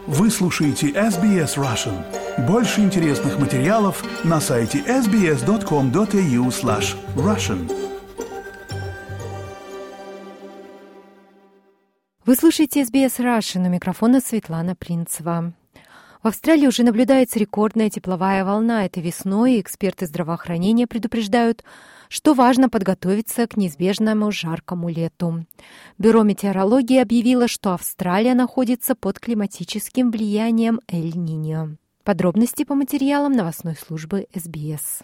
Вы слушаете SBS Russian. Больше интересных материалов на сайте sbs.com.au/russian. Вы слушаете SBS Russian, у микрофона Светлана Принцева. В Австралии уже наблюдается рекордная тепловая волна этой весной, и эксперты здравоохранения предупреждают, что важно подготовиться к неизбежному жаркому лету. Бюро метеорологии объявило, что Австралия находится под климатическим влиянием Эль-Ниньо. Подробности по материалам новостной службы SBS.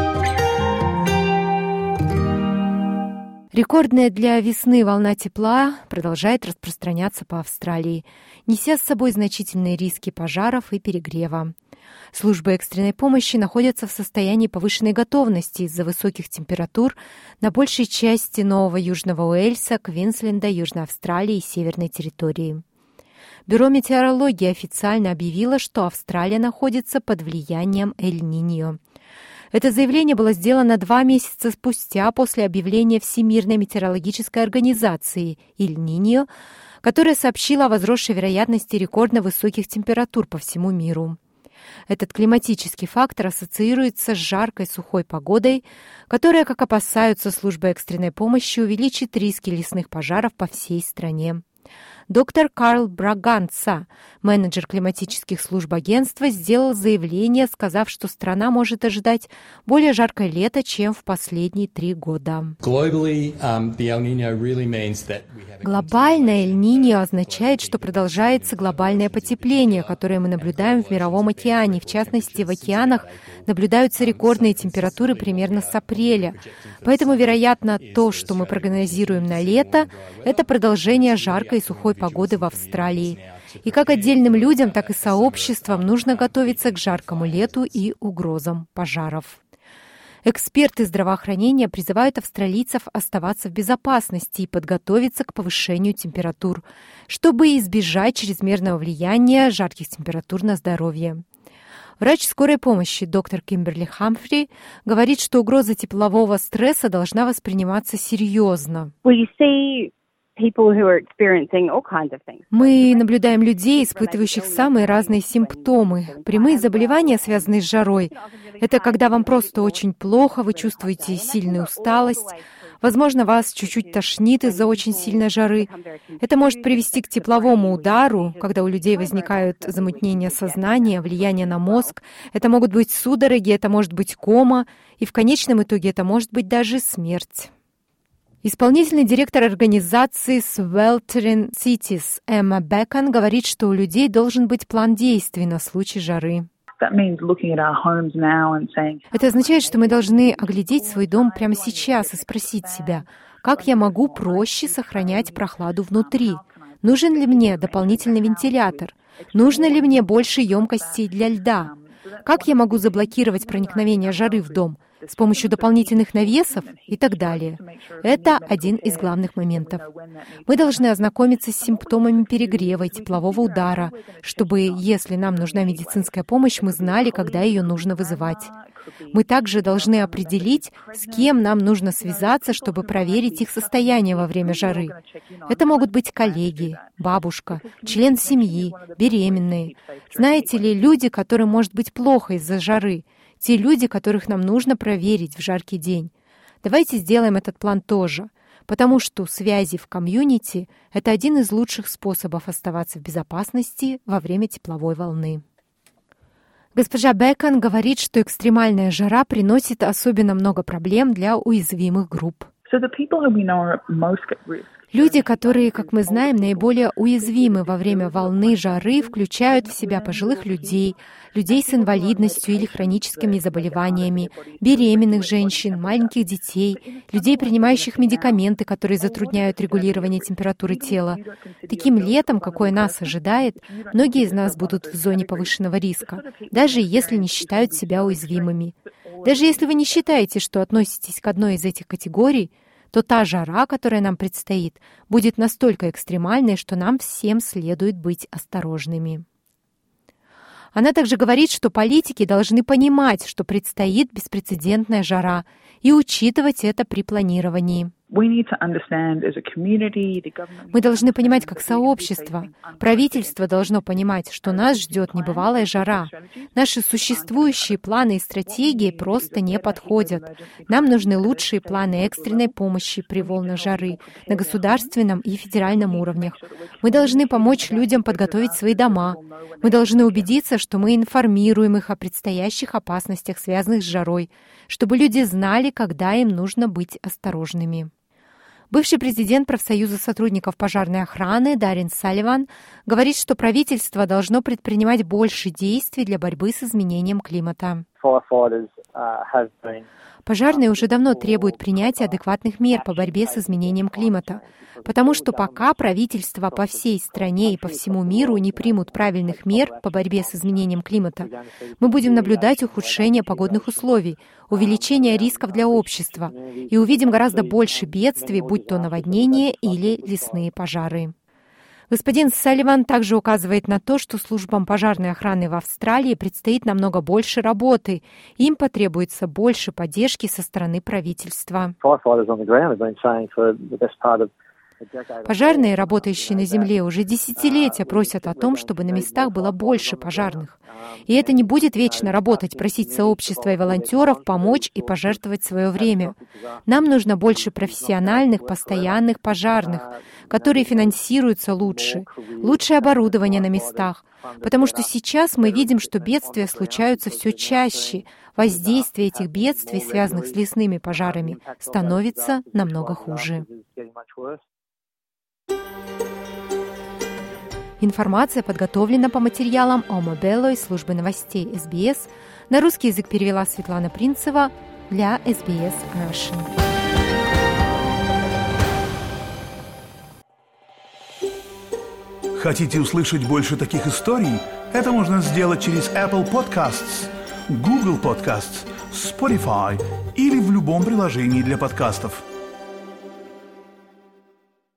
Рекордная для весны волна тепла продолжает распространяться по Австралии, неся с собой значительные риски пожаров и перегрева. Службы экстренной помощи находятся в состоянии повышенной готовности из-за высоких температур на большей части Нового Южного Уэльса, Квинсленда, Южной Австралии и Северной территории. Бюро метеорологии официально объявило, что Австралия находится под влиянием Эль-Ниньо. Это заявление было сделано 2 месяца спустя после объявления Всемирной метеорологической организации Эль-Ниньо, которая сообщила о возросшей вероятности рекордно высоких температур по всему миру. Этот климатический фактор ассоциируется с жаркой сухой погодой, которая, как опасаются службы экстренной помощи, увеличит риски лесных пожаров по всей стране. Доктор Карл Браганца, менеджер климатических служб агентства, сделал заявление, сказав, что страна может ожидать более жаркое лето, чем в последние 3 года. Глобально Эль-Ниньо означает, что продолжается глобальное потепление, которое мы наблюдаем в Мировом океане. В частности, в океанах наблюдаются рекордные температуры примерно с апреля. Поэтому, вероятно, то, что мы прогнозируем на лето, это продолжение жаркой и сухой погоды в Австралии. И как отдельным людям, так и сообществам нужно готовиться к жаркому лету и угрозам пожаров. Эксперты здравоохранения призывают австралийцев оставаться в безопасности и подготовиться к повышению температур, чтобы избежать чрезмерного влияния жарких температур на здоровье. Врач скорой помощи доктор Кимберли Хамфри говорит, что угроза теплового стресса должна восприниматься серьезно. Мы наблюдаем людей, испытывающих самые разные симптомы. Прямые заболевания, связанные с жарой, это когда вам просто очень плохо, вы чувствуете сильную усталость, возможно, вас чуть-чуть тошнит из-за очень сильной жары. Это может привести к тепловому удару, когда у людей возникают замутнения сознания, влияние на мозг. Это могут быть судороги, это может быть кома, и в конечном итоге это может быть даже смерть. Исполнительный директор организации Sweltering Cities Эмма Бекон говорит, что у людей должен быть план действий на случай жары. Это означает, что мы должны оглядеть свой дом прямо сейчас и спросить себя, как я могу проще сохранять прохладу внутри? Нужен ли мне дополнительный вентилятор? Нужно ли мне больше емкостей для льда? Как я могу заблокировать проникновение жары в дом? С помощью дополнительных навесов и так далее. Это один из главных моментов. Мы должны ознакомиться с симптомами перегрева и теплового удара, чтобы, если нам нужна медицинская помощь, мы знали, когда ее нужно вызывать. Мы также должны определить, с кем нам нужно связаться, чтобы проверить их состояние во время жары. Это могут быть коллеги, бабушка, член семьи, беременные. Знаете ли, люди, которым может быть плохо из-за жары, те люди, которых нам нужно проверить в жаркий день. Давайте сделаем этот план тоже, потому что связи в комьюнити — это один из лучших способов оставаться в безопасности во время тепловой волны. Госпожа Бекон говорит, что экстремальная жара приносит особенно много проблем для уязвимых групп. Люди, которые, как мы знаем, наиболее уязвимы во время волны жары, включают в себя пожилых людей, людей с инвалидностью или хроническими заболеваниями, беременных женщин, маленьких детей, людей, принимающих медикаменты, которые затрудняют регулирование температуры тела. Таким летом, какое нас ожидает, многие из нас будут в зоне повышенного риска, даже если не считают себя уязвимыми. Даже если вы не считаете, что относитесь к одной из этих категорий, то та жара, которая нам предстоит, будет настолько экстремальной, что нам всем следует быть осторожными. Она также говорит, что политики должны понимать, что предстоит беспрецедентная жара, и учитывать это при планировании. Мы должны понимать как сообщество. Правительство должно понимать, что нас ждет небывалая жара. Наши существующие планы и стратегии просто не подходят. Нам нужны лучшие планы экстренной помощи при волнах жары на государственном и федеральном уровнях. Мы должны помочь людям подготовить свои дома. Мы должны убедиться, что мы информируем их о предстоящих опасностях, связанных с жарой, чтобы люди знали, когда им нужно быть осторожными. Бывший президент профсоюза сотрудников пожарной охраны Даррен Салливан говорит, что правительство должно предпринимать больше действий для борьбы с изменением климата. Пожарные уже давно требуют принятия адекватных мер по борьбе с изменением климата, потому что пока правительства по всей стране и по всему миру не примут правильных мер по борьбе с изменением климата, мы будем наблюдать ухудшение погодных условий, увеличение рисков для общества и увидим гораздо больше бедствий, будь то наводнения или лесные пожары. Господин Салливан также указывает на то, что службам пожарной охраны в Австралии предстоит намного больше работы. Им потребуется больше поддержки со стороны правительства. Пожарные, работающие на земле, уже десятилетия просят о том, чтобы на местах было больше пожарных. И это не будет вечно работать, просить сообщества и волонтеров помочь и пожертвовать свое время. Нам нужно больше профессиональных, постоянных пожарных, которые финансируются лучше, лучшее оборудование на местах, потому что сейчас мы видим, что бедствия случаются все чаще. Воздействие этих бедствий, связанных с лесными пожарами, становится намного хуже. Информация подготовлена по материалам Омо Белло из службы новостей СБС. На русский язык перевела Светлана Принцева для SBS Russian. Хотите услышать больше таких историй? Это можно сделать через Apple Podcasts, Google Podcasts, Spotify или в любом приложении для подкастов.